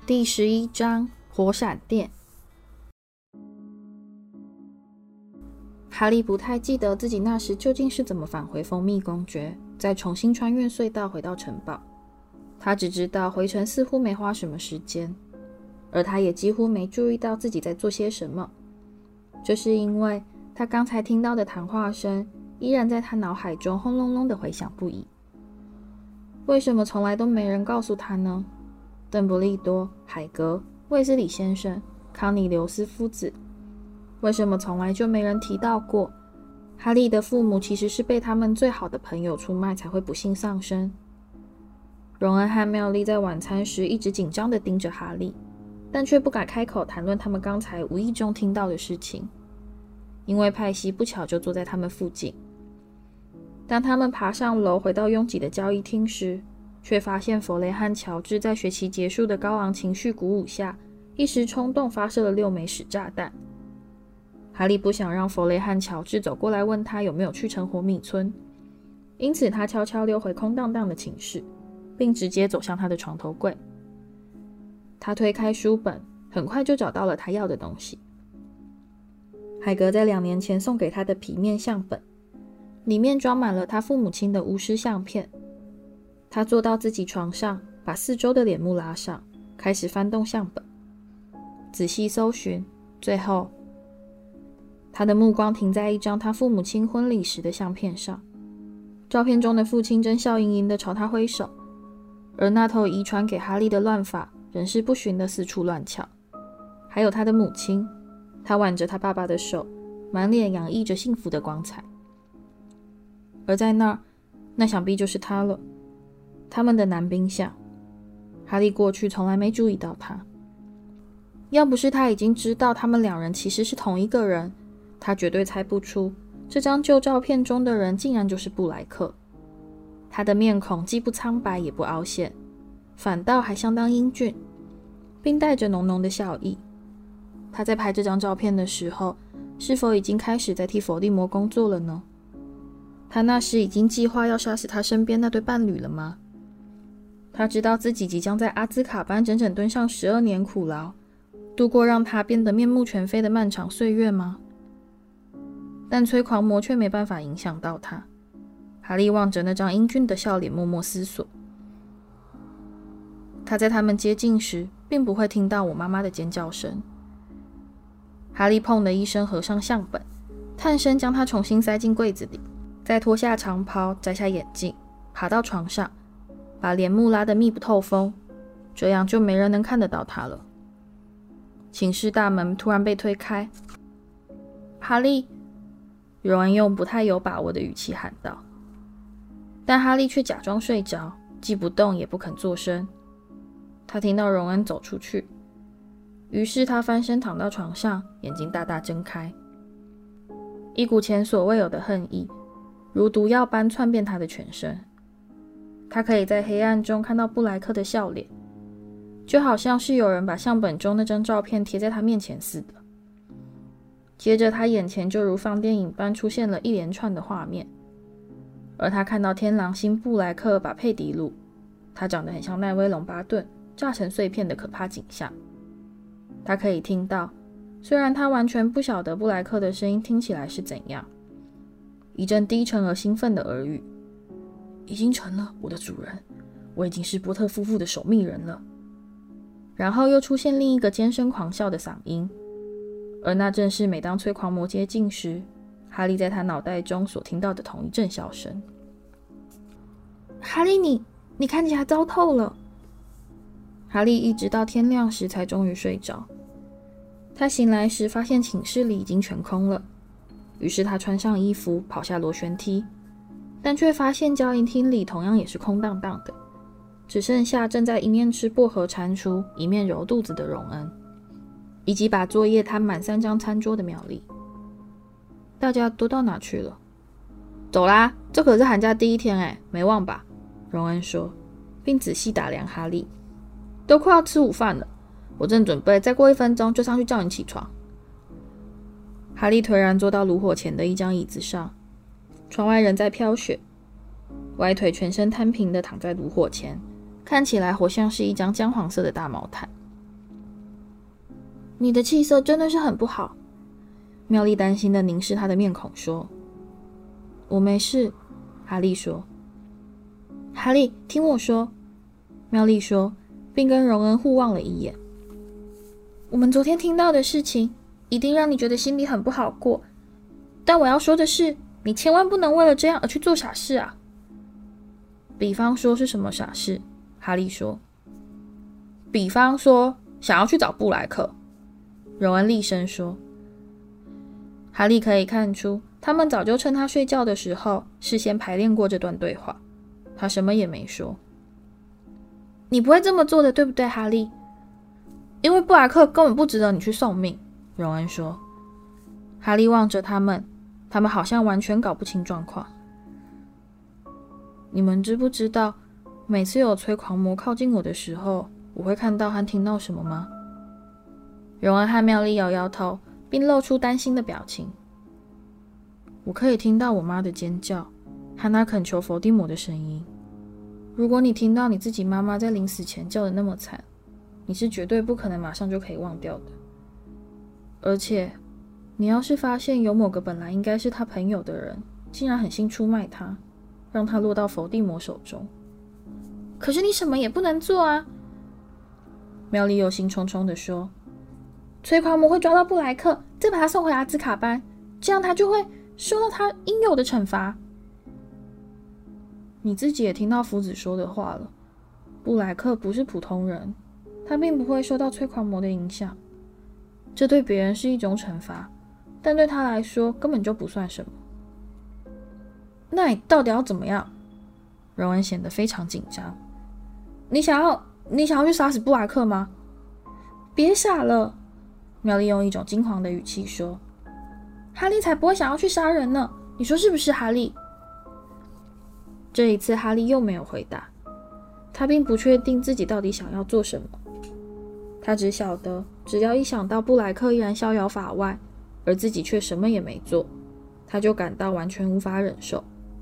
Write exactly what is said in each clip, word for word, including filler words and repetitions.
第十一章火闪电。哈利不太记得自己那时究竟是怎么返回蜂蜜公爵，再重新穿越隧道回到城堡。他只知道回程似乎没花什么时间，而他也几乎没注意到自己在做些什么。这是因为他刚才听到的谈话声依然在他脑海中轰隆隆地回响不已。为什么从来都没人告诉他呢？邓布利多、海格、卫斯理先生、康尼留斯夫子，为什么从来就没人提到过哈利的父母其实是被他们最好的朋友出卖才会不幸丧生？荣恩和妙丽在晚餐时一直紧张地盯着哈利，但却不敢开口谈论他们刚才无意中听到的事情，因为派西不巧就坐在他们附近。当他们爬上楼回到拥挤的交易厅时，却发现弗雷和乔治在学期结束的高昂情绪鼓舞下，一时冲动发射了六枚屎炸弹。哈利不想让弗雷和乔治走过来问他有没有去成火米村，因此他悄悄溜回空荡荡的寝室，并直接走向他的床头柜。他推开书本，很快就找到了他要的东西。海格在两年前送给他的皮面相本，里面装满了他父母亲的巫师相片。他坐到自己床上，把四周的帘幕拉上，开始翻动相本，仔细搜寻。最后，他的目光停在一张他父母亲婚礼时的相片上。照片中的父亲正笑盈盈地朝他挥手，而那头遗传给哈利的乱发仍是不寻地四处乱翘。还有他的母亲，他挽着他爸爸的手，满脸洋溢着幸福的光彩。而在那儿，那想必就是他了，他们的男宾相。哈利过去从来没注意到他，要不是他已经知道他们两人其实是同一个人，他绝对猜不出这张旧照片中的人竟然就是布莱克。他的面孔既不苍白也不凹陷，反倒还相当英俊，并带着浓浓的笑意。他在拍这张照片的时候，是否已经开始在替伏地魔工作了呢？他那时已经计划要杀死他身边那对伴侣了吗？他知道自己即将在阿兹卡班整整蹲上十二年苦牢，度过让他变得面目全非的漫长岁月吗？但催狂魔却没办法影响到他。哈利望着那张英俊的笑脸默默思索。他在他们接近时并不会听到我妈妈的尖叫声。哈利砰的一声合上相本，探身将它重新塞进柜子里，再脱下长袍，摘下眼镜，爬到床上，把帘幕拉得密不透风，这样就没人能看得到他了。寝室大门突然被推开。哈利，荣恩用不太有把握的语气喊道，但哈利却假装睡着，既不动也不肯作声。他听到荣恩走出去，于是他翻身躺到床上，眼睛大大睁开。一股前所未有的恨意如毒药般窜遍他的全身。他可以在黑暗中看到布莱克的笑脸，就好像是有人把相本中那张照片贴在他面前似的。接着他眼前就如放电影般出现了一连串的画面，而他看到天狼星布莱克把佩迪鲁，他长得很像奈威龙巴顿，炸成碎片的可怕景象。他可以听到，虽然他完全不晓得布莱克的声音听起来是怎样，一阵低沉而兴奋的耳语：已经成了，我的主人，我已经是波特夫妇的守密人了。然后又出现另一个尖声狂笑的嗓音，而那正是每当催狂魔接近时，哈利在他脑袋中所听到的同一阵笑声。哈利，你你看起来糟透了。哈利一直到天亮时才终于睡着。他醒来时发现寝室里已经全空了，于是他穿上衣服跑下螺旋梯，但却发现交易厅里同样也是空荡荡的，只剩下正在一面吃薄荷蟾蜍一面揉肚子的荣恩，以及把作业摊满三张餐桌的妙丽。大家都到哪去了？走啦，这可是寒假第一天哎，没忘吧？荣恩说，并仔细打量哈利。都快要吃午饭了，我正准备再过一分钟就上去叫你起床。哈利颓然坐到炉火前的一张椅子上，窗外仍在飘雪，歪腿全身摊平地躺在炉火前，看起来活像是一张姜黄色的大毛毯。 你的气色真的是很不好。妙丽担心地凝视他的面孔说。我没事，哈利说。哈利，听我说，妙丽说，并跟荣恩互望了一眼。我们昨天听到的事情一定让你觉得心里很不好过，但我要说的是，你千万不能为了这样而去做傻事啊。比方说是什么傻事？哈利说。比方说想要去找布莱克，荣恩厉声说。哈利可以看出，他们早就趁他睡觉的时候事先排练过这段对话。他什么也没说。你不会这么做的，对不对，哈利？因为布莱克根本不值得你去送命，荣恩说。哈利望着他们，他们好像完全搞不清状况。你们知不知道，每次有催狂魔靠近我的时候，我会看到和听到什么吗？荣恩和妙丽摇摇头，并露出担心的表情。我可以听到我妈的尖叫，和她恳求伏地魔的声音。如果你听到你自己妈妈在临死前叫的那么惨，你是绝对不可能马上就可以忘掉的。而且，你要是发现有某个本来应该是他朋友的人，竟然狠心出卖他，让他落到伏地魔手中。可是你什么也不能做啊！妙丽忧心忡忡地说。催狂魔会抓到布莱克，再把他送回阿兹卡班，这样他就会受到他应有的惩罚。你自己也听到夫子说的话了，布莱克不是普通人，他并不会受到催狂魔的影响。这对别人是一种惩罚，但对他来说根本就不算什么。那你到底要怎么样？荣恩显得非常紧张。你想要你想要去杀死布莱克吗？别傻了，妙丽用一种惊惶的语气说。哈利才不会想要去杀人呢，你说是不是，哈利？这一次哈利又没有回答，他并不确定自己到底想要做什么。他只晓得，只要一想到布莱克依然逍遥法外，而自己却什么也没做，他就感到完全无法忍受。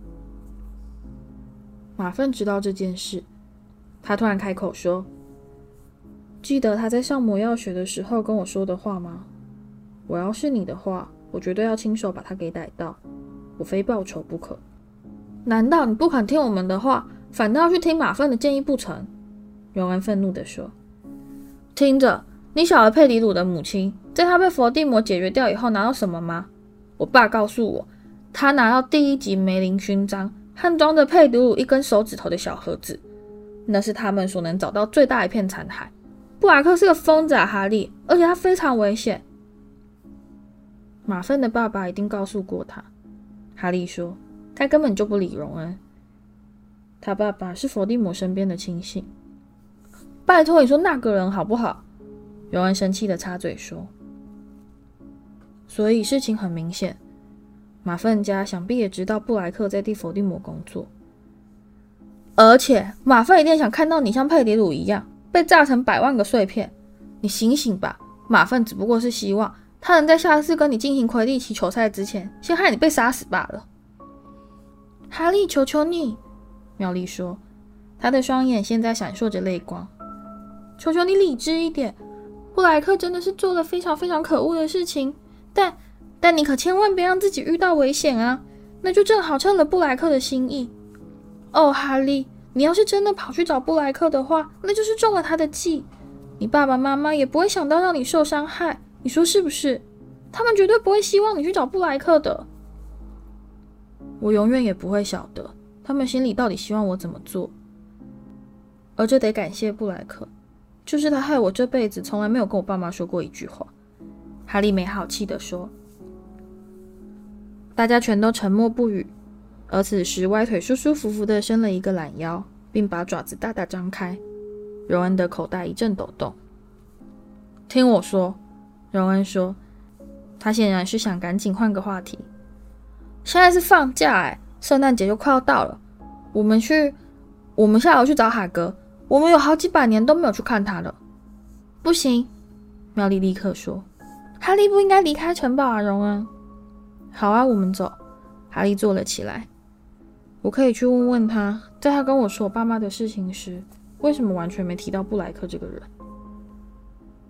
马粪知道这件事，他突然开口说：“记得他在上魔药学的时候跟我说的话吗？我要是你的话，我绝对要亲手把他给逮到，我非报仇不可。难道你不肯听我们的话，反倒要去听马粪的建议不成？”荣恩愤怒地说。听着，你晓得佩迪鲁的母亲在他被伏地魔解决掉以后拿到什么吗？我爸告诉我，他拿到第一级梅林勋章和装着佩迪鲁一根手指头的小盒子，那是他们所能找到最大一片残骸。布莱克是个疯子啊，哈利，而且他非常危险。马粪的爸爸一定告诉过他，哈利说，他根本就不理荣恩。他爸爸是伏地魔身边的亲信。拜托你说那个人好不好？荣恩生气地插嘴说。所以事情很明显，马粪家想必也知道布莱克在替伏地魔工作，而且马粪一定想看到你像佩迪鲁一样被炸成百万个碎片。你醒醒吧，马粪只不过是希望他能在下次跟你进行魁地奇球赛之前，先害你被杀死罢了。哈利，求求你，妙丽说，她的双眼现在闪烁着泪光。求求你理智一点，布莱克真的是做了非常非常可恶的事情，但但你可千万别让自己遇到危险啊，那就正好趁了布莱克的心意。哦，哈利，你要是真的跑去找布莱克的话，那就是中了他的计，你爸爸妈妈也不会想到让你受伤害，你说是不是？他们绝对不会希望你去找布莱克的。我永远也不会晓得他们心里到底希望我怎么做，而这得感谢布莱克，就是他害我这辈子从来没有跟我爸妈说过一句话。哈利没好气地说。大家全都沉默不语，而此时歪腿舒舒服服地伸了一个懒腰，并把爪子大大张开。荣恩的口袋一阵抖动。听我说，荣恩说，他显然是想赶紧换个话题。现在是放假哎，圣诞节就快要到了，我们去我们下楼去找海格，我们有好几百年都没有去看他了。不行，妙丽立刻说，哈利不应该离开城堡啊，荣恩。好啊，我们走。哈利坐了起来。我可以去问问他，在他跟我说我爸妈的事情时，为什么完全没提到布莱克这个人。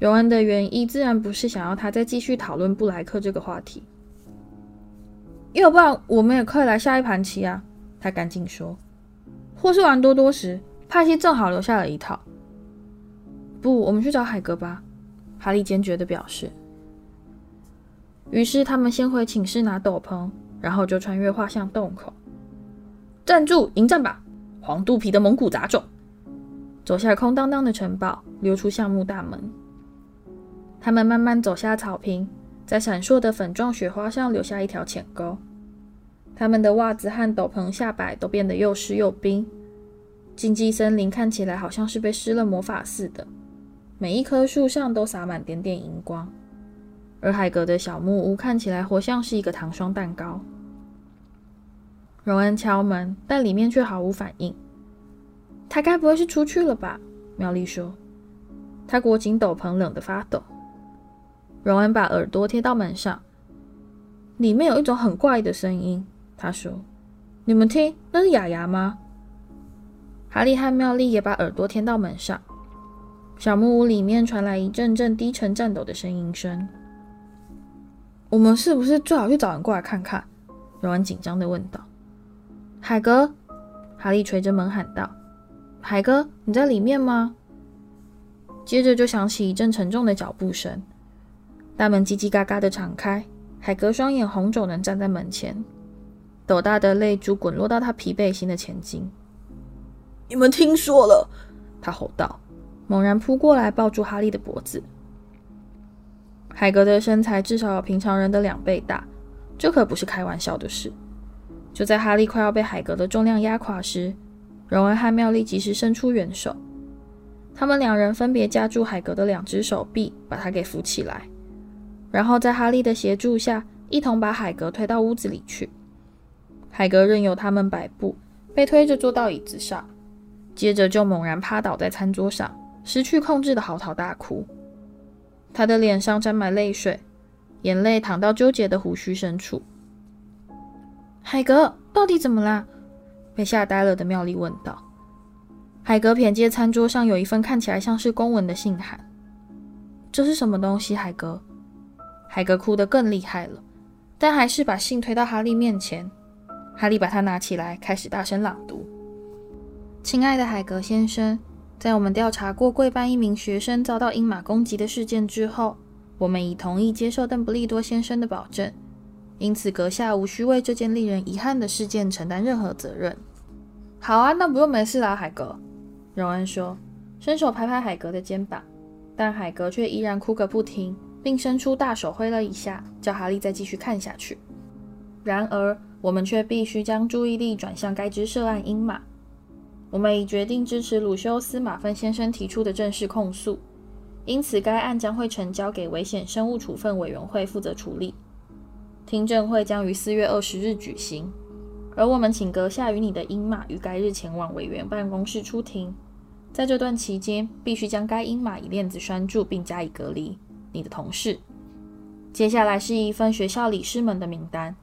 荣恩的原意自然不是想要他再继续讨论布莱克这个话题。要不然我们也可以来下一盘棋啊，他赶紧说。或是玩多多时，派西正好留下了一套。不，我们去找海格吧，哈利坚决地表示。于是他们先回寝室拿斗篷，然后就穿越画像洞口。站住，迎战吧！黄肚皮的蒙古杂种！走下空荡荡的城堡，溜出橡木大门。他们慢慢走下草坪，在闪烁的粉状雪花上留下一条浅沟。他们的袜子和斗篷下摆都变得又湿又冰。禁忌森林看起来好像是被施了魔法似的，每一棵树上都洒满点点荧光。而海格的小木屋看起来活像是一个糖霜蛋糕。荣恩敲门，但里面却毫无反应。他该不会是出去了吧？妙丽说。他裹紧斗篷，冷得发抖。荣恩把耳朵贴到门上，里面有一种很怪的声音。他说：“你们听，那是雅雅吗？”哈利和妙丽也把耳朵贴到门上。小木屋里面传来一阵阵低沉颤抖的呻吟声。我们是不是最好去找人过来看看？荣恩紧张地问道。海格，哈利捶着门喊道：“海格，你在里面吗？”接着就响起一阵沉重的脚步声，大门叽叽嘎嘎地敞开，海格双眼红肿地站在门前，斗大的泪珠滚落到他疲惫心的前襟。“你们听说了！”他吼道，猛然扑过来抱住哈利的脖子。海格的身材至少有平常人的两倍大，这可不是开玩笑的事。就在哈利快要被海格的重量压垮时，荣恩和妙丽及时伸出援手。他们两人分别夹住海格的两只手臂，把他给扶起来，然后在哈利的协助下，一同把海格推到屋子里去。海格任由他们摆布，被推着坐到椅子上，接着就猛然趴倒在餐桌上，失去控制的嚎啕大哭。他的脸上沾满泪水，眼泪淌到纠结的胡须深处。海格，到底怎么啦？被吓呆了的妙丽问道。海格瞥见餐桌上有一份看起来像是公文的信函。这是什么东西，海格？海格哭得更厉害了，但还是把信推到哈利面前。哈利把它拿起来，开始大声朗读。亲爱的海格先生，在我们调查过贵班一名学生遭到鹰马攻击的事件之后，我们已同意接受邓布利多先生的保证，因此阁下无需为这件令人遗憾的事件承担任何责任。好啊，那不用没事啦，海格。荣恩说，伸手拍拍海格的肩膀，但海格却依然哭个不停，并伸出大手挥了一下，叫哈利再继续看下去。然而，我们却必须将注意力转向该只涉案鹰马。我们已决定支持鲁修斯·马芬先生提出的正式控诉，因此该案将会呈交给危险生物处分委员会负责处理。听证会将于四月二十日举行，而我们请阁下与你的鹰马于该日前往委员办公室出庭。在这段期间，必须将该鹰马以链子拴住并加以隔离。你的同事。接下来是一份学校理事们的名单。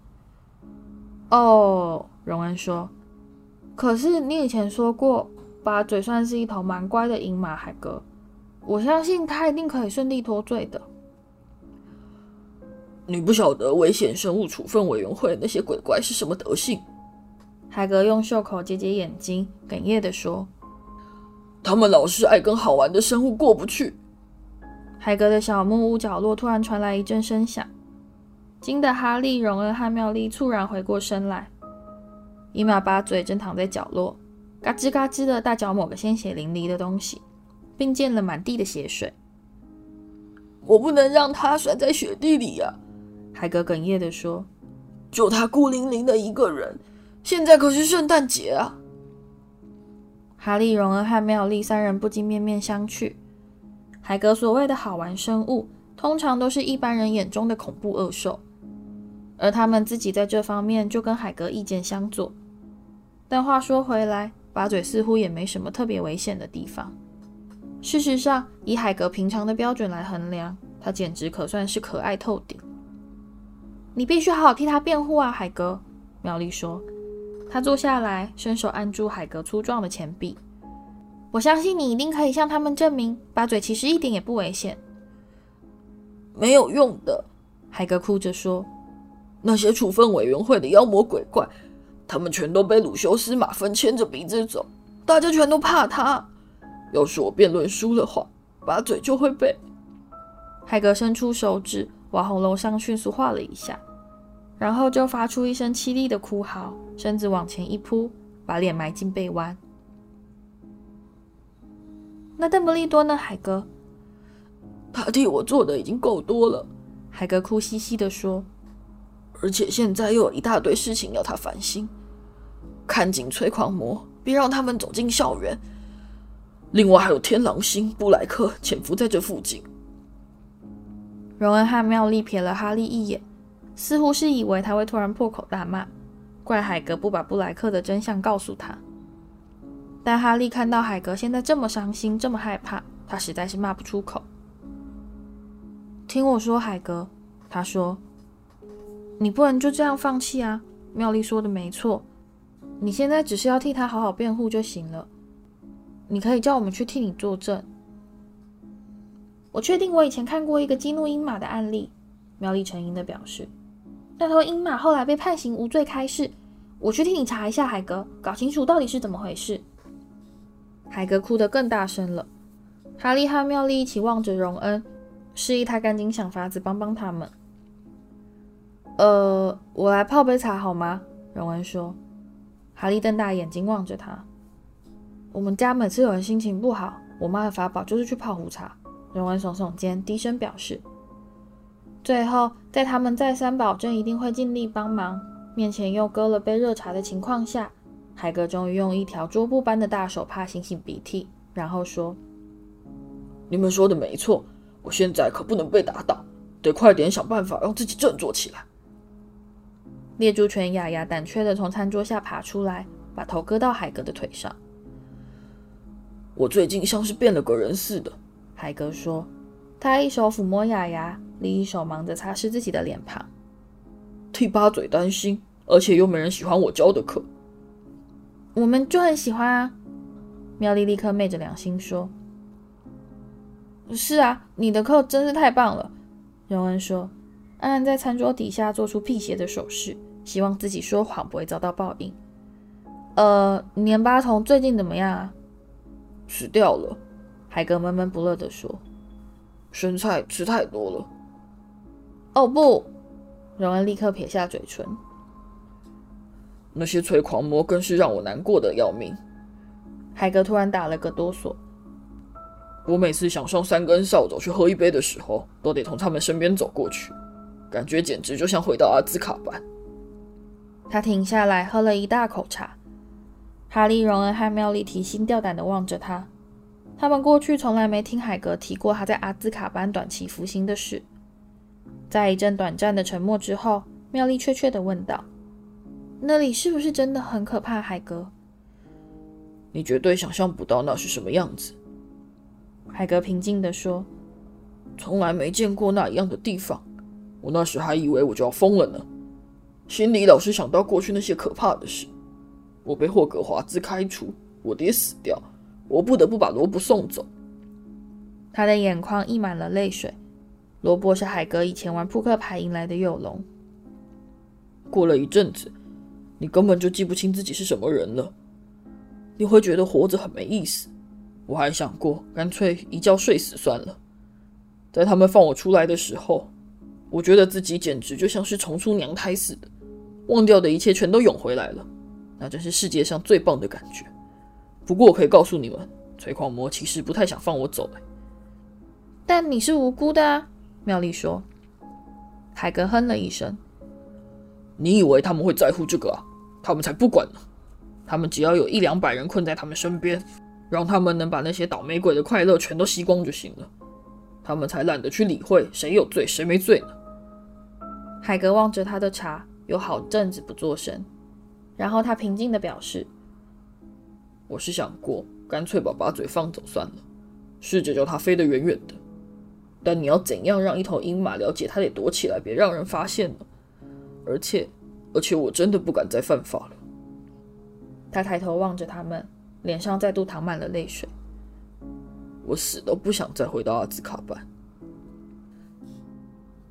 哦，荣恩说。可是你以前说过，八嘴算是一头蛮乖的鹰马，海格。我相信他一定可以顺利脱罪的。 你不晓得危险生物处分委员会那些鬼怪是什么德性？ 海格用袖口解解眼睛，哽咽地说：“ 他们老是爱跟好玩的生物过不去。” 海格的小木屋角落突然传来一阵声响，惊得哈利、荣恩和妙丽猝然回过身来。鹰马八嘴正躺在角落，嘎吱嘎吱的大嚼某个鲜血淋漓的东西，并溅了满地的血水。 我不能让他摔在雪地里呀、啊！ 海格哽咽地说：“ 就他孤零零的一个人，现在可是圣诞节啊！” 哈利、荣恩和妙丽三人不禁面面相觑。海格所谓的好玩生物，通常都是一般人眼中的恐怖恶兽，而他们自己在这方面就跟海格意见相左。但话说回来，八嘴似乎也没什么特别危险的地方。事实上，以海格平常的标准来衡量，他简直可算是可爱透顶。你必须好好替他辩护啊，海格，妙丽说。他坐下来，伸手按住海格粗壮的前臂。我相信你一定可以向他们证明，八嘴其实一点也不危险。 没有用的。 海格哭着说， 那些处分委员会的妖魔鬼怪，他们全都被鲁修斯马芬牵着鼻子走，大家全都怕他。要是我辩论输的话，把嘴就会被…… 海格伸出手指往喉咙上迅速画了一下，然后就发出一声凄厉的哭嚎，身子往前一扑，把脸埋进背弯。那邓布利多呢？海格， 他替我做的已经够多了。 海格哭兮兮地说， 而且现在又有一大堆事情要他烦心，看紧催狂魔，别让他们走进校园。另外还有天狼星布莱克潜伏在这附近。 荣恩和妙丽瞥了哈利一眼，似乎是以为他会突然破口大骂，怪海格不把布莱克的真相告诉他。但哈利看到海格现在这么伤心，这么害怕，他实在是骂不出口。听我说，海格，他说，你不能就这样放弃啊。妙丽说的没错，你现在只是要替他好好辩护就行了。你可以叫我们去替你作证。我确定我以前看过一个激怒鹰马的案例，妙丽沉吟地表示，那头鹰马后来被判刑无罪开释。我去替你查一下，海格，搞清楚到底是怎么回事。海格哭得更大声了。哈利和妙丽一起望着荣恩，示意他赶紧想法子帮帮他们。呃，我来泡杯茶好吗？荣恩说。哈利瞪大眼睛望着他。我们家每次有人心情不好，我妈的法宝就是去泡壶茶。荣恩耸耸肩，低声表示。最后，在他们再三保证一定会尽力帮忙，面前又搁了杯热茶的情况下，海格终于用一条桌布般的大手帕擤擤鼻涕，然后说： 你们说的没错，我现在可不能被打倒，得快点想办法让自己振作起来。 猎猪犬雅雅胆怯地从餐桌下爬出来，把头搁到海格的腿上。 我最近像是变了个人似的， 海格说，他一手抚摸雅雅，另一手忙着擦拭自己的脸庞。 替八嘴担心，而且又没人喜欢我教的课。 我们就很喜欢啊，妙丽立刻昧着良心说。是啊，你的课真是太棒了，荣恩说，暗暗在餐桌底下做出辟邪的手势，希望自己说谎不会遭到报应。呃，年巴童最近怎么样啊？ 死掉了， 海格闷闷不乐地说。 生菜吃太多了。 哦不，荣恩立刻撇下嘴唇。 那些催狂魔更是让我难过的要命。 海格突然打了个哆嗦。 我每次想上三根扫帚去喝一杯的时候，都得从他们身边走过去，感觉简直就像回到阿兹卡班。 他停下来喝了一大口茶。哈利、荣恩和妙丽提心吊胆地望着他。他们过去从来没听海格提过他在阿兹卡班短期服刑的事。在一阵短暂的沉默之后，妙丽确切地问道：那里是不是真的很可怕，海格？ 你绝对想象不到那是什么样子。 海格平静地说， 从来没见过那一样的地方，我那时还以为我就要疯了呢，心里老是想到过去那些可怕的事。我被霍格华兹开除，我爹死掉，我不得不把罗伯送走。 他的眼眶溢满了泪水。罗伯是海格以前玩扑克牌赢来的幼龙。 过了一阵子，你根本就记不清自己是什么人了，你会觉得活着很没意思。我还想过干脆一觉睡死算了。在他们放我出来的时候，我觉得自己简直就像是重出娘胎似的，忘掉的一切全都涌回来了，那真是世界上最棒的感觉。不过我可以告诉你们，催狂魔其实不太想放我走、欸、 但你是无辜的啊，妙丽说。海格哼了一声。 你以为他们会在乎这个啊？他们才不管呢。他们只要有一两百人困在他们身边，让他们能把那些倒霉鬼的快乐全都吸光就行了，他们才懒得去理会谁有罪谁没罪呢。 海格望着他的茶，有好阵子不作声，然后他平静地表示： 我是想过干脆把把嘴放走算了，试着叫它飞得远远的，但你要怎样让一头鹰马了解它得躲起来别让人发现呢？而且而且我真的不敢再犯法了。 他抬头望着他们，脸上再度淌满了泪水。 我死都不想再回到阿兹卡班。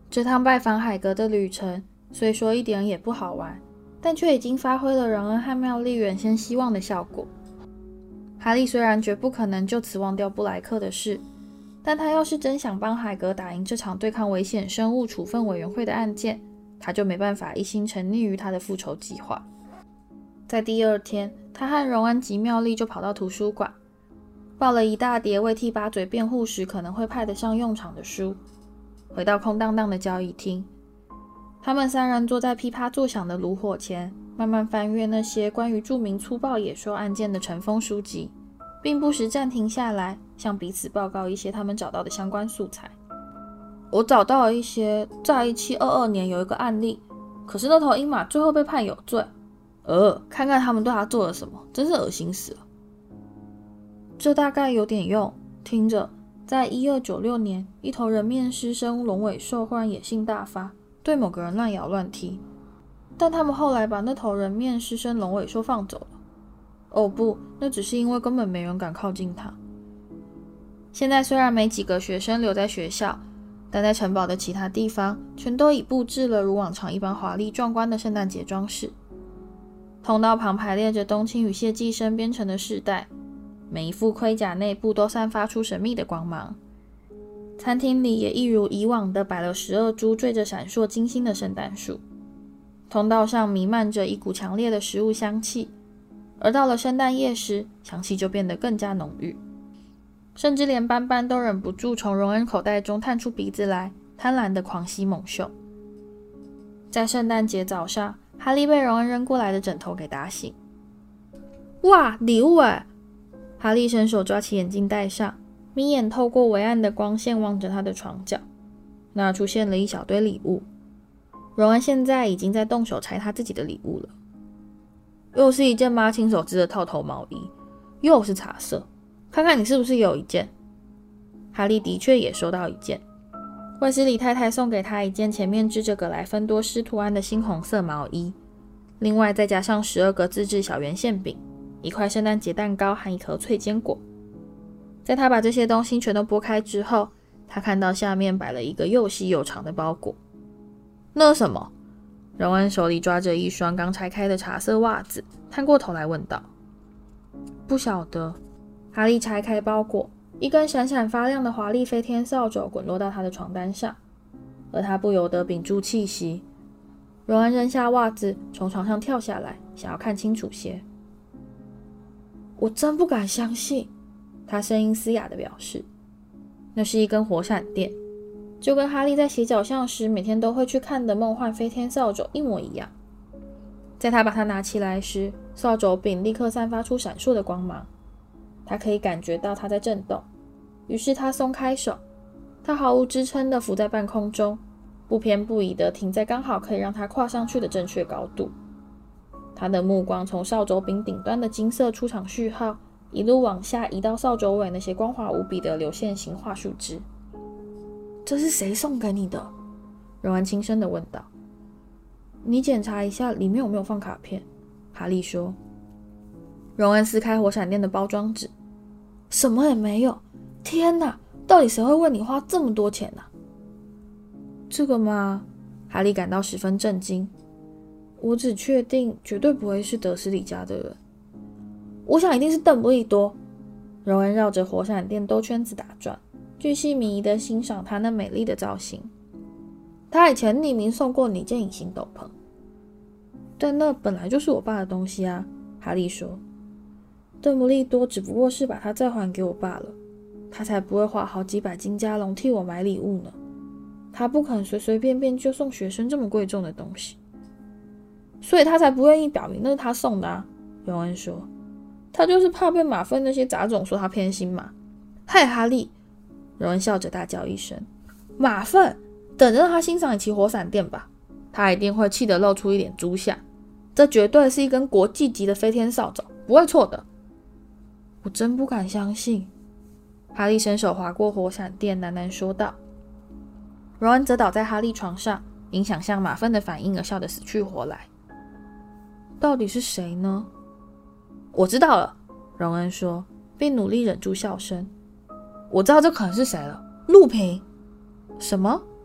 这趟拜访海格的旅程虽说一点也不好玩，但却已经发挥了荣恩和妙丽原先希望的效果。哈利虽然绝不可能就此忘掉布莱克的事，但他要是真想帮海格打赢这场对抗危险生物处分委员会的案件，他就没办法一心沉溺于他的复仇计划。在第二天，他和荣恩及妙丽就跑到图书馆，抱了一大叠为替八嘴辩护时可能会派得上用场的书，回到空荡荡的交易厅。他们三人坐在噼啪作响的炉火前，慢慢翻阅那些关于著名粗暴野兽案件的尘封书籍，并不时暂停下来，向彼此报告一些他们找到的相关素材。我找到了一些，在一七二二年有一个案例，可是那头鹰马最后被判有罪。呃，看看他们对他做了什么，真是恶心死了。这大概有点用，听着，在一二九六年，一头人面狮身龙尾兽忽然野性大发，对某个人乱咬乱踢，但他们后来把那头人面狮身龙尾兽放走了。哦不，那只是因为根本没人敢靠近它。现在虽然没几个学生留在学校，但在城堡的其他地方全都已布置了如往常一般华丽壮观的圣诞节装饰。通道旁排列着冬青与谢寄生编成的饰带，每一副盔甲内部都散发出神秘的光芒。餐厅里也一如以往的摆了十二株缀着闪烁金星的圣诞树。通道上弥漫着一股强烈的食物香气，而到了圣诞夜时，香气就变得更加浓郁，甚至连斑斑都忍不住从荣恩口袋中探出鼻子来，贪婪地狂吸猛嗅。在圣诞节早上，哈利被荣恩扔过来的枕头给打醒。哇，礼物耶！哈利伸手抓起眼镜戴上，眯眼透过微暗的光线望着他的床角，那出现了一小堆礼物。荣恩现在已经在动手拆他自己的礼物了。又是一件妈亲手织的套头毛衣，又是茶色，看看你是不是有一件。哈利的确也收到一件，卫斯理太太送给他一件前面织着格莱芬多狮图案的猩红色毛衣，另外再加上十二个自制小圆馅饼，一块圣诞节蛋糕和一颗脆坚果。在他把这些东西全都剥开之后，他看到下面摆了一个又细又长的包裹。那什么？荣恩手里抓着一双刚拆开的茶色袜子，探过头来问道。不晓得。哈利拆开包裹，一根闪闪发亮的华丽飞天扫帚滚落到他的床单上，而他不由得屏住气息。荣恩扔下袜子，从床上跳下来，想要看清楚些。我真不敢相信，他声音嘶哑地表示。那是一根火闪电，就跟哈利在斜角巷时每天都会去看的梦幻飞天扫帚一模一样。在他把它拿起来时，扫帚柄立刻散发出闪烁的光芒，他可以感觉到它在震动。于是他松开手，他毫无支撑地浮在半空中，不偏不倚地停在刚好可以让他跨上去的正确高度。他的目光从扫帚柄顶端的金色出场序号一路往下移到扫帚尾那些光滑无比的流线型画树枝。这是谁送给你的？荣恩轻声地问道。你检查一下里面有没有放卡片，哈利说。荣恩撕开火闪电的包装纸，什么也没有。天哪，到底谁会为你花这么多钱啊？这个吗？哈利感到十分震惊。我只确定绝对不会是德斯里家的人。我想一定是邓布利多。荣恩绕着火闪电兜圈子打转，巨细靡遗地欣赏他那美丽的造型。他以前匿名送过你一件隐形斗篷，但那本来就是我爸的东西啊，哈利说。邓布利多只不过是把它再还给我罢了，他才不会花好几百金加龙替我买礼物呢。他不肯随随便便就送学生这么贵重的东西，所以他才不愿意表明那是他送的啊，荣恩说。他就是怕被马粪那些杂种说他偏心嘛。嗨，哈利！荣恩笑着大叫一声。马粪！等着让他欣赏你骑火闪电吧，他一定会气得露出一脸猪相。这绝对是一根国际级的飞天扫帚，不会错的。我真不敢相信。哈利伸手划过火闪电，喃喃说道。荣恩则倒在哈利床上，因想象马粪的反应而笑得死去活来。到底是谁呢？我知道了，荣恩说，并努力忍住笑声。我知道这可能是谁了，陆平。什么？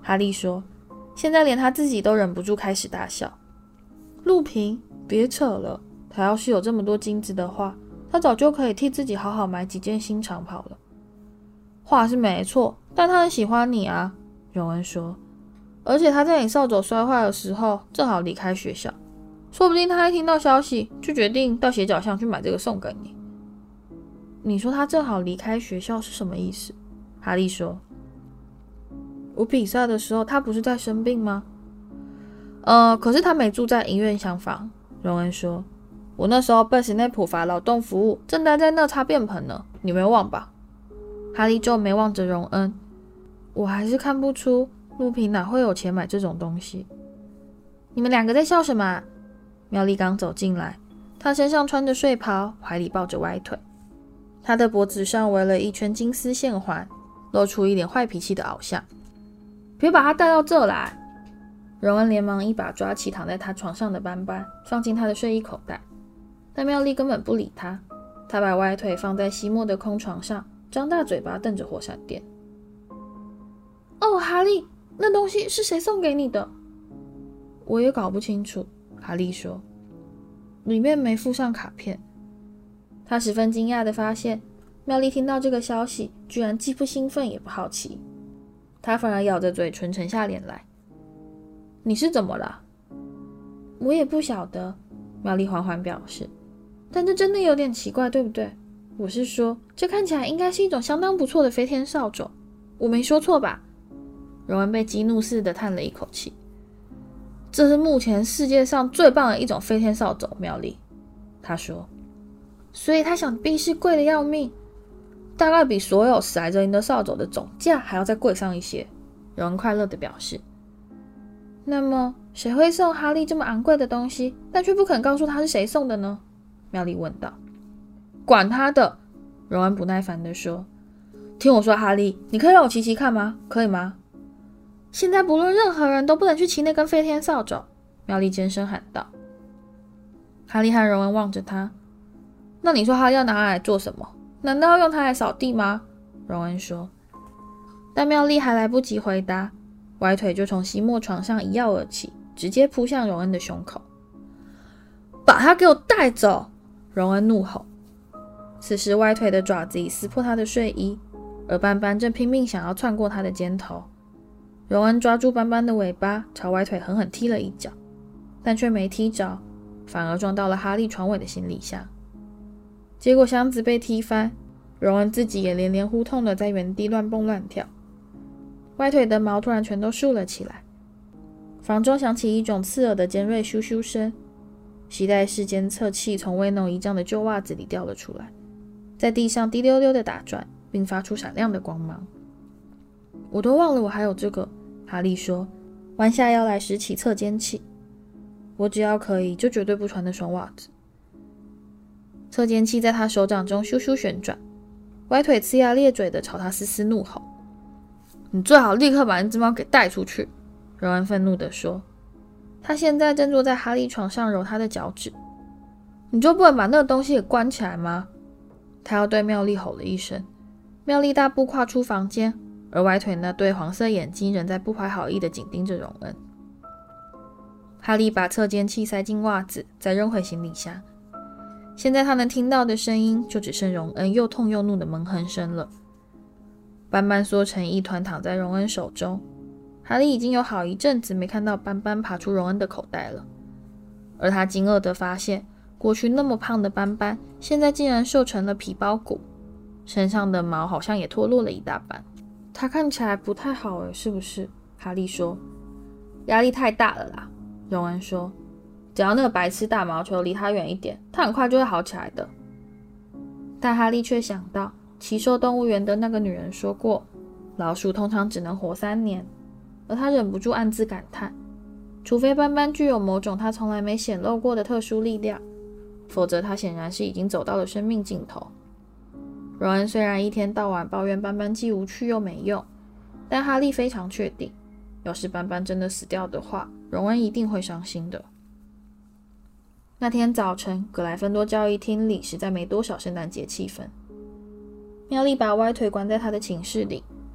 哈利说，现在连他自己都忍不住开始大笑。陆平，别扯了，他要是有这么多金子的话，他早就可以替自己好好买几件新长袍了。话是没错，但他很喜欢你啊，荣恩说，而且他在你扫帚摔坏的时候正好离开学校，说不定他一听到消息就决定到斜角巷去买这个送给你。你说他正好离开学校是什么意思？哈利说，我比赛的时候他不是在生病吗？呃，可是他没住在医院厢房，荣恩说，我那时候被史内普罚劳动服务，正待在那擦便盆呢，你没忘吧？哈利皱眉望着荣恩，我还是看不出陆平哪会有钱买这种东西。你们两个在笑什么啊？妙丽刚走进来，她身上穿着睡袍，怀里抱着歪腿，她的脖子上围了一圈金丝线环，露出一脸坏脾气的翱相。别把他带到这来！荣恩连忙一把抓起躺在他床上的斑斑，放进他的睡衣口袋。但妙丽根本不理他，他把歪腿放在西莫的空床上，张大嘴巴瞪着火闪电。哦，哈利，那东西是谁送给你的？我也搞不清楚，哈利说，里面没附上卡片。他十分惊讶地发现，妙丽听到这个消息，居然既不兴奋也不好奇。他反而咬着嘴唇沉下脸来。你是怎么了？我也不晓得，妙丽缓缓表示，但这真的有点奇怪，对不对？我是说，这看起来应该是一种相当不错的飞天扫帚，我没说错吧？荣恩被激怒似的叹了一口气。这是目前世界上最棒的一种飞天扫帚，妙丽，他说。所以他想必是贵得要命，大概比所有史莱哲林的扫帚的总价还要再贵上一些，荣恩快乐地表示。那么谁会送哈利这么昂贵的东西，但却不肯告诉他是谁送的呢？妙丽问道。管他的，荣恩不耐烦地说。听我说，哈利，你可以让我骑骑看吗？可以吗？现在不论任何人都不能去骑那根飞天扫帚，妙丽尖声喊道。哈利和荣恩望着他。那你说他要拿它来做什么？难道要用它来扫地吗？荣恩说。但妙丽还来不及回答，歪腿就从西莫床上一跃而起，直接扑向荣恩的胸口。把他给我带走！荣恩怒吼。此时歪腿的爪子已撕破他的睡衣，而斑斑正拼命想要窜过他的肩头。荣恩抓住斑斑的尾巴，朝歪腿狠狠踢了一脚，但却没踢着，反而撞到了哈利床尾的行李箱。结果箱子被踢翻，荣恩自己也连连呼痛的在原地乱蹦乱跳。歪腿的毛突然全都竖了起来，房中响起一种刺耳的尖锐咻咻声，携带式监测器从威农一丈的旧袜子里掉了出来，在地上滴溜溜的打转，并发出闪亮的光芒。我都忘了我还有这个，哈利说，弯下腰来拾起测监器。我只要可以，就绝对不穿那双袜子。测监器在他手掌中咻咻旋转，歪腿呲牙咧嘴的朝他嘶嘶怒吼。你最好立刻把那只猫给带出去，荣恩愤怒地说。他现在正坐在哈利床上揉他的脚趾。你就不能把那个东西给关起来吗？他要对妙丽吼了一声。妙丽大步跨出房间，而歪腿那对黄色眼睛仍在不怀好意的紧盯着荣恩。哈利把测监器塞进袜子，再扔回行李箱。现在他能听到的声音就只剩荣恩又痛又怒的闷哼声了。斑斑缩成一团躺在荣恩手中，哈利已经有好一阵子没看到斑斑爬出荣恩的口袋了，而他惊愕地发现，过去那么胖的斑斑现在竟然瘦成了皮包骨，身上的毛好像也脱落了一大半。他看起来不太好诶，是不是？哈利说。压力太大了啦，荣恩说。只要那个白痴大毛球离他远一点，他很快就会好起来的。但哈利却想到奇兽动物园的那个女人说过，老鼠通常只能活三年，而他忍不住暗自感叹，除非斑斑具有某种他从来没显露过的特殊力量，否则他显然是已经走到了生命尽头。荣恩虽然一天到晚抱怨斑斑既无趣又没用，但哈利非常确定，要是斑斑真的死掉的话，荣恩一定会伤心的。那天早晨，格莱芬多教育厅里实在没多少圣诞节气氛。妙丽把歪腿关在她的寝室里，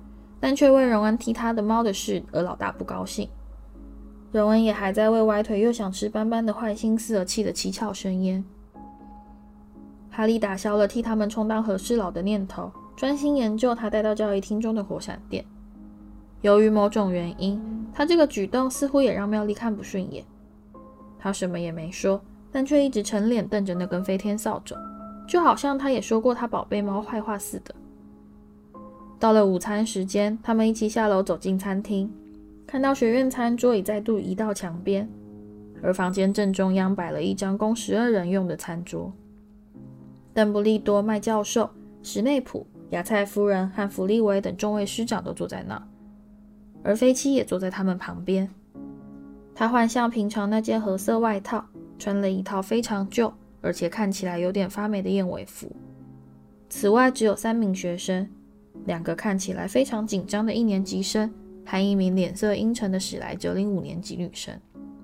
但却为荣恩踢他的猫的事而老大不高兴。荣恩也还在为歪腿又想吃斑斑的坏心思而气得七窍生烟。哈利打消了替他们充当和事佬的念头，专心研究他带到交易厅中的火闪电。由于某种原因，他这个举动似乎也让妙丽看不顺眼。他什么也没说，但却一直沉脸瞪着那根飞天扫帚，就好像他也说过他宝贝猫坏话似的。到了午餐时间，他们一起下楼走进餐厅，看到学院餐桌已再度移到墙边，而房间正中央摆了一张供十二人用的餐桌。邓布利多、麦教授、史内普、亚蔡夫人和弗利维等众位师长都坐在那儿，而飞七也坐在他们旁边。他换像平常那件褐色外套，穿了一套非常旧而且看起来有点发霉的燕尾服。此外只有三名学生，两个看起来非常紧张的一年级生和一名脸色阴沉的史莱哲林五年级女生。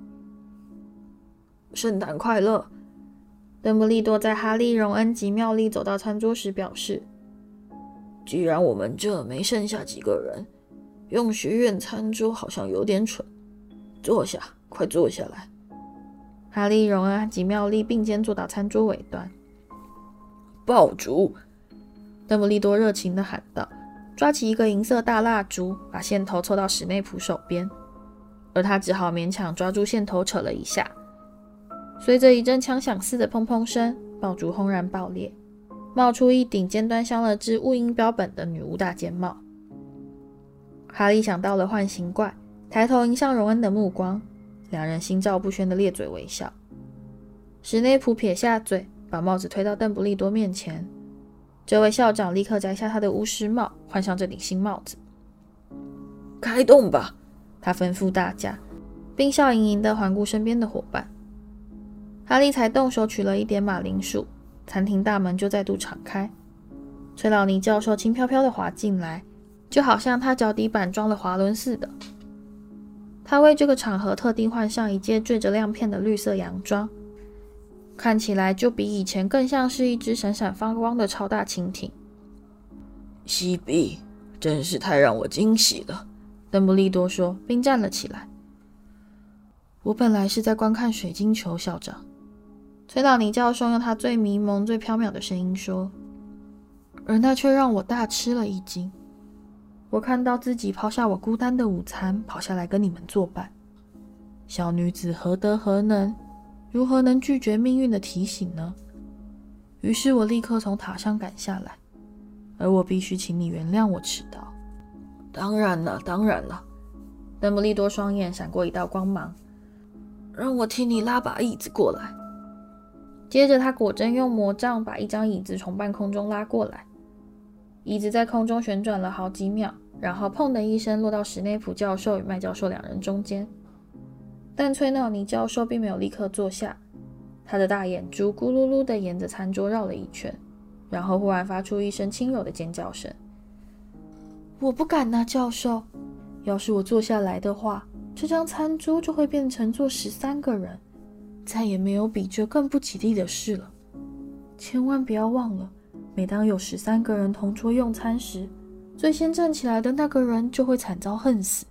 圣诞快乐！ 邓布利多在哈利、荣恩及妙丽走到餐桌时表示， 既然我们这没剩下几个人，用学院餐桌好像有点蠢。坐下，快坐下来。 哈利、荣恩及妙丽并肩坐到餐桌尾端。 爆竹！ 邓布利多热情地喊道，抓起一个银色大蜡烛，把线头凑到史内普手边，而他只好勉强抓住线头扯了一下。随着一阵枪响似的砰砰声，爆竹轰然爆裂，冒出一顶尖端镶了只雾鹰标本的女巫大尖帽。哈利想到了幻形怪，抬头迎向荣恩的目光，两人心照不宣的咧嘴微笑。史内普撇下嘴，把帽子推到邓布利多面前。这位校长立刻摘下他的巫师帽，换上这顶新帽子。 开动吧， 他吩咐大家，并笑盈盈地环顾身边的伙伴。哈利才动手取了一点马铃薯，餐厅大门就再度敞开。崔老尼教授轻飘飘地滑进来，就好像他脚底板装了滑轮似的。他为这个场合特地换上一件缀着亮片的绿色洋装，看起来就比以前更像是一只闪闪发光的超大蜻蜓。 西比，真是太让我惊喜了， 邓布利多说，并站了起来。我本来是在观看水晶球，校长。崔老尼教授用他最迷蒙、最飘渺的声音说，而那却让我大吃了一惊。我看到自己抛下我孤单的午餐，跑下来跟你们作伴。小女子何德何能，如何能拒绝命运的提醒呢？于是我立刻从塔上赶下来，而我必须请你原谅我迟到。 当然了，当然了。 邓布利多双眼闪过一道光芒， 让我替你拉把椅子过来。 接着他果真用魔杖把一张椅子从半空中拉过来，椅子在空中旋转了好几秒，然后砰的一声落到史内普教授与麦教授两人中间。但崔老尼教授并没有立刻坐下，他的大眼珠咕噜噜地沿着餐桌绕了一圈，然后忽然发出一声轻柔的尖叫声。我不敢啊，教授，要是我坐下来的话，这张餐桌就会变成坐十三个人，再也没有比这更不吉利的事了。千万不要忘了，每当有十三个人同桌用餐时，最先站起来的那个人就会惨遭恨死。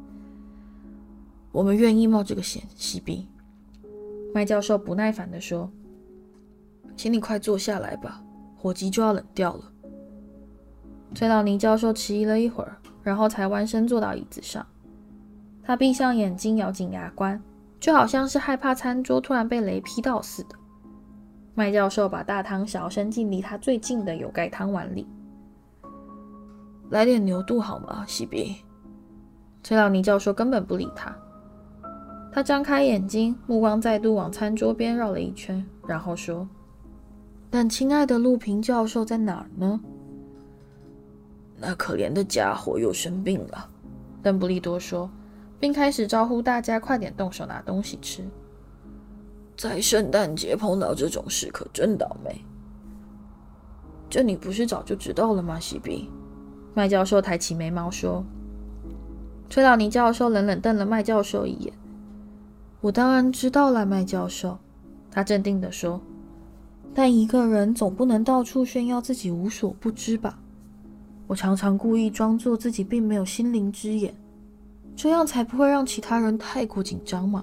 我们愿意冒这个险，西比。 麦教授不耐烦地说， 请你快坐下来吧，火鸡就要冷掉了。 崔老尼教授迟疑了一会儿，然后才弯身坐到椅子上。他闭上眼睛，咬紧牙关，就好像是害怕餐桌突然被雷劈到似的。麦教授把大汤勺伸进离他最近的有盖汤碗里。 来点牛肚好吗，西比？ 崔老尼教授根本不理他。他张开眼睛，目光再度往餐桌边绕了一圈，然后说，但亲爱的陆平教授在哪儿呢？ 那可怜的家伙又生病了， 邓布利多说，并开始招呼大家快点动手拿东西吃。 在圣诞节碰到这种事可真倒霉。这你不是早就知道了吗，西比？ 麦教授抬起眉毛说。崔老尼教授冷冷瞪了麦教授一眼。我当然知道了，麦教授，他镇定地说，但一个人总不能到处炫耀自己无所不知吧。 我常常故意装作自己并没有心灵之眼，这样才不会让其他人太过紧张嘛。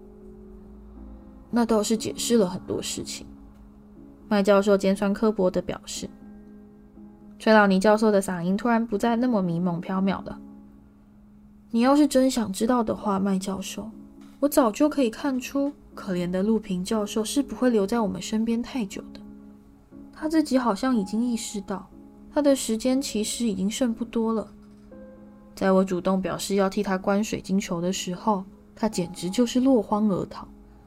那倒是解释了很多事情。 麦教授尖酸刻薄地表示。崔老尼教授的嗓音突然不再那么迷蒙缥缈了。你要是真想知道的话，麦教授，我早就可以看出可怜的陆平教授是不会留在我们身边太久的。他自己好像已经意识到他的时间其实已经剩不多了。在我主动表示要替他关水晶球的时候，他简直就是落荒而逃。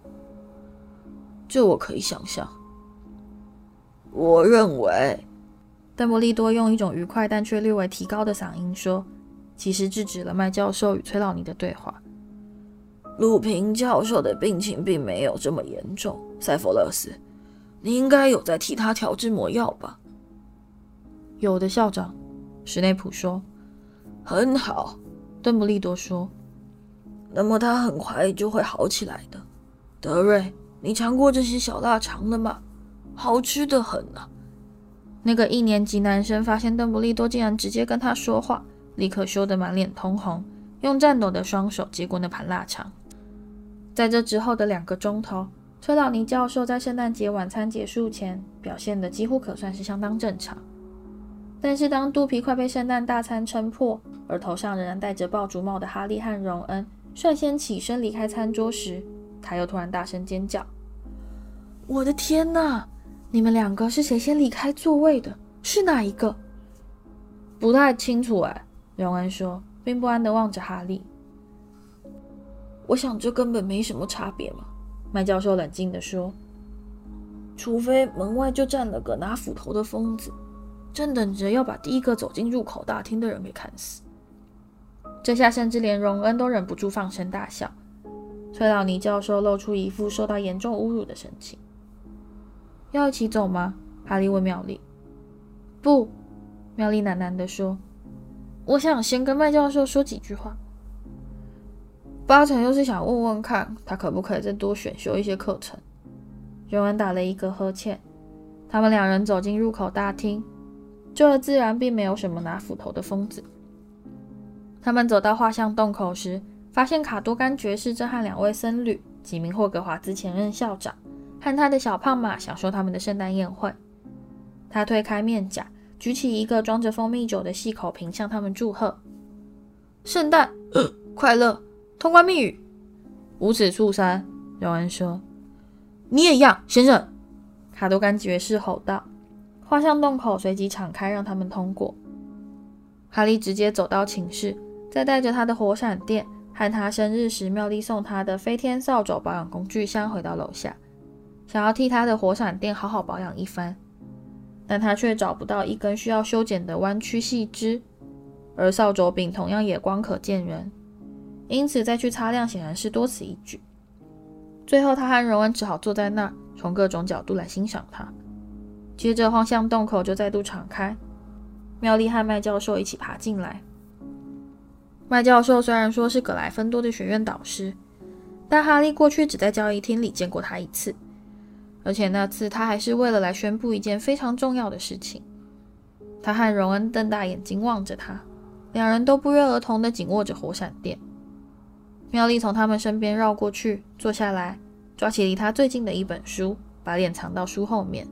这我可以想象。我认为， 邓布利多用一种愉快但却略微提高的嗓音说，其实制止了麦教授与崔老尼的对话。 陆平教授的病情并没有这么严重，塞弗勒斯，你应该有在替他调制魔药吧？ 有的，校长。史内普说。 很好， 邓布利多说。 那么他很快就会好起来的。德瑞，你尝过这些小腊肠了吗？好吃得很啊。 那个一年级男生发现邓布利多竟然直接跟他说话，立刻羞得满脸通红，用颤抖的双手接过那盘腊肠。在这之后的两个钟头，崔老尼教授在圣诞节晚餐结束前表现得几乎可算是相当正常。但是当肚皮快被圣诞大餐撑破，而头上仍然戴着爆竹帽的哈利和荣恩率先起身离开餐桌时，他又突然大声尖叫：我的天哪！你们两个是谁先离开座位的？是哪一个？不太清楚哎，荣恩说，并不安地望着哈利。 我想这根本没什么差别嘛， 麦教授冷静地说。 除非门外就站了个拿斧头的疯子，正等着要把第一个走进入口大厅的人给砍死。 这下甚至连荣恩都忍不住放声大笑。崔老尼教授露出一副受到严重侮辱的神情。要一起走吗？哈利问妙丽。不，妙丽喃喃地说。我想先跟麦教授说几句话。八成又是想问问看，他可不可以再多选修一些课程。荣恩打了一个呵欠。他们两人走进入口大厅，这儿自然并没有什么拿斧头的疯子。他们走到画像洞口时，发现卡多甘爵士正和两位僧侣、几名霍格华兹前任校长和他的小胖马享受他们的圣诞宴会。他推开面甲，举起一个装着蜂蜜酒的细口瓶向他们祝贺：圣诞、呃、快乐，通关密语。无耻畜生，荣恩说。你也一样，先生，卡多甘爵士吼道。画像洞口随即敞开，让他们通过。哈利直接走到寝室，再带着他的火闪电和他生日时妙丽送他的飞天扫帚保养工具箱回到楼下，想要替他的火闪电好好保养一番，但他却找不到一根需要修剪的弯曲细枝，而扫帚柄同样也光可见人，因此再去擦亮显然是多此一举。最后他和荣恩只好坐在那儿，从各种角度来欣赏它。接着画像洞口就再度敞开，妙丽和麦教授一起爬进来。麦教授虽然说是葛莱芬多的学院导师，但哈利过去只在交易厅里见过他一次，而且那次他还是为了来宣布一件非常重要的事情。他和荣恩瞪大眼睛望着他，两人都不约而同地紧握着火闪电。妙丽从他们身边绕过去，坐下来，抓起离他最近的一本书，把脸藏到书后面。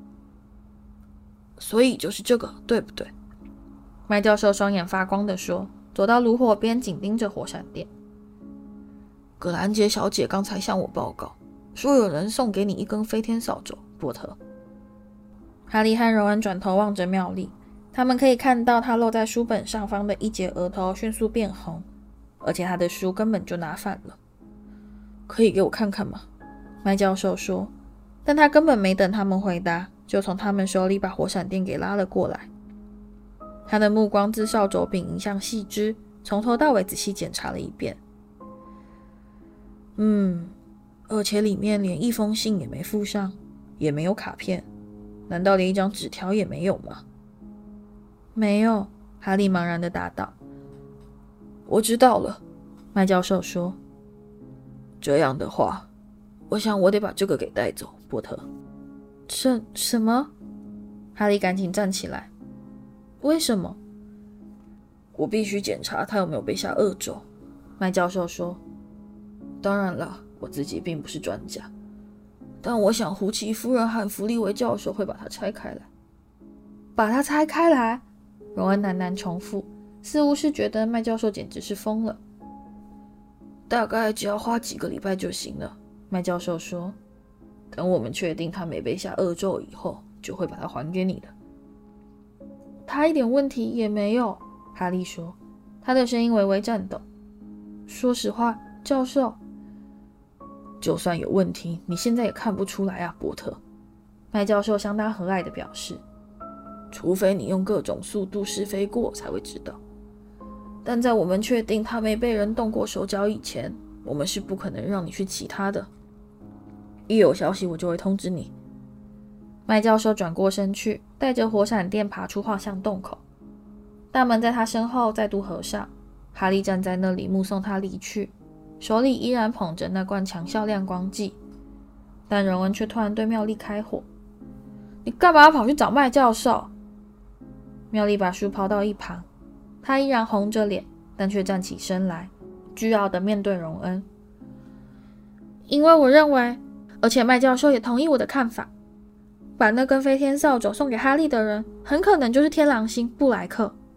所以就是这个，对不对？ 麦教授双眼发光地说，走到炉火边，紧盯着火闪电。 葛兰杰小姐刚才向我报告，说有人送给你一根飞天扫帚，波特。 哈利和荣恩转头望着妙丽，他们可以看到她露在书本上方的一截额头迅速变红，而且她的书根本就拿反了。 可以给我看看吗？ 麦教授说，但他根本没等他们回答，就从他们手里把火闪电给拉了过来。他的目光自扫帚柄移向细枝，从头到尾仔细检查了一遍。 嗯，而且里面连一封信也没附上，也没有卡片，难道连一张纸条也没有吗？ 没有，哈利茫然地答道。 我知道了， 麦教授说。 这样的话，我想我得把这个给带走，波特。 什什么？哈利赶紧站起来。为什么？ 我必须检查他有没有被下恶咒。麦教授说。当然了，我自己并不是专家，但我想胡奇夫人和弗利维教授会把它拆开来。 把它拆开来？荣恩喃喃重复，似乎是觉得麦教授简直是疯了。 大概只要花几个礼拜就行了，麦教授说。等我们确定他没被下恶咒以后，就会把它还给你的。 他一点问题也没有，哈利说，他的声音微微颤抖。说实话，教授， 就算有问题，你现在也看不出来啊，波特。 麦教授相当和蔼地表示， 除非你用各种速度试飞过才会知道。但在我们确定他没被人动过手脚以前，我们是不可能让你去骑他的。一有消息我就会通知你。 麦教授转过身去，带着火闪电爬出画像洞口。大门在他身后再度合上。哈利站在那里目送他离去，手里依然捧着那罐强效亮光剂。但荣恩却突然对妙丽开火：“你干嘛要跑去找麦教授？”妙丽把书抛到一旁，她依然红着脸，但却站起身来，倨傲地面对荣恩：“因为我认为，而且麦教授也同意我的看法，把那根飞天扫帚送给哈利的人，很可能就是天狼星布莱克。”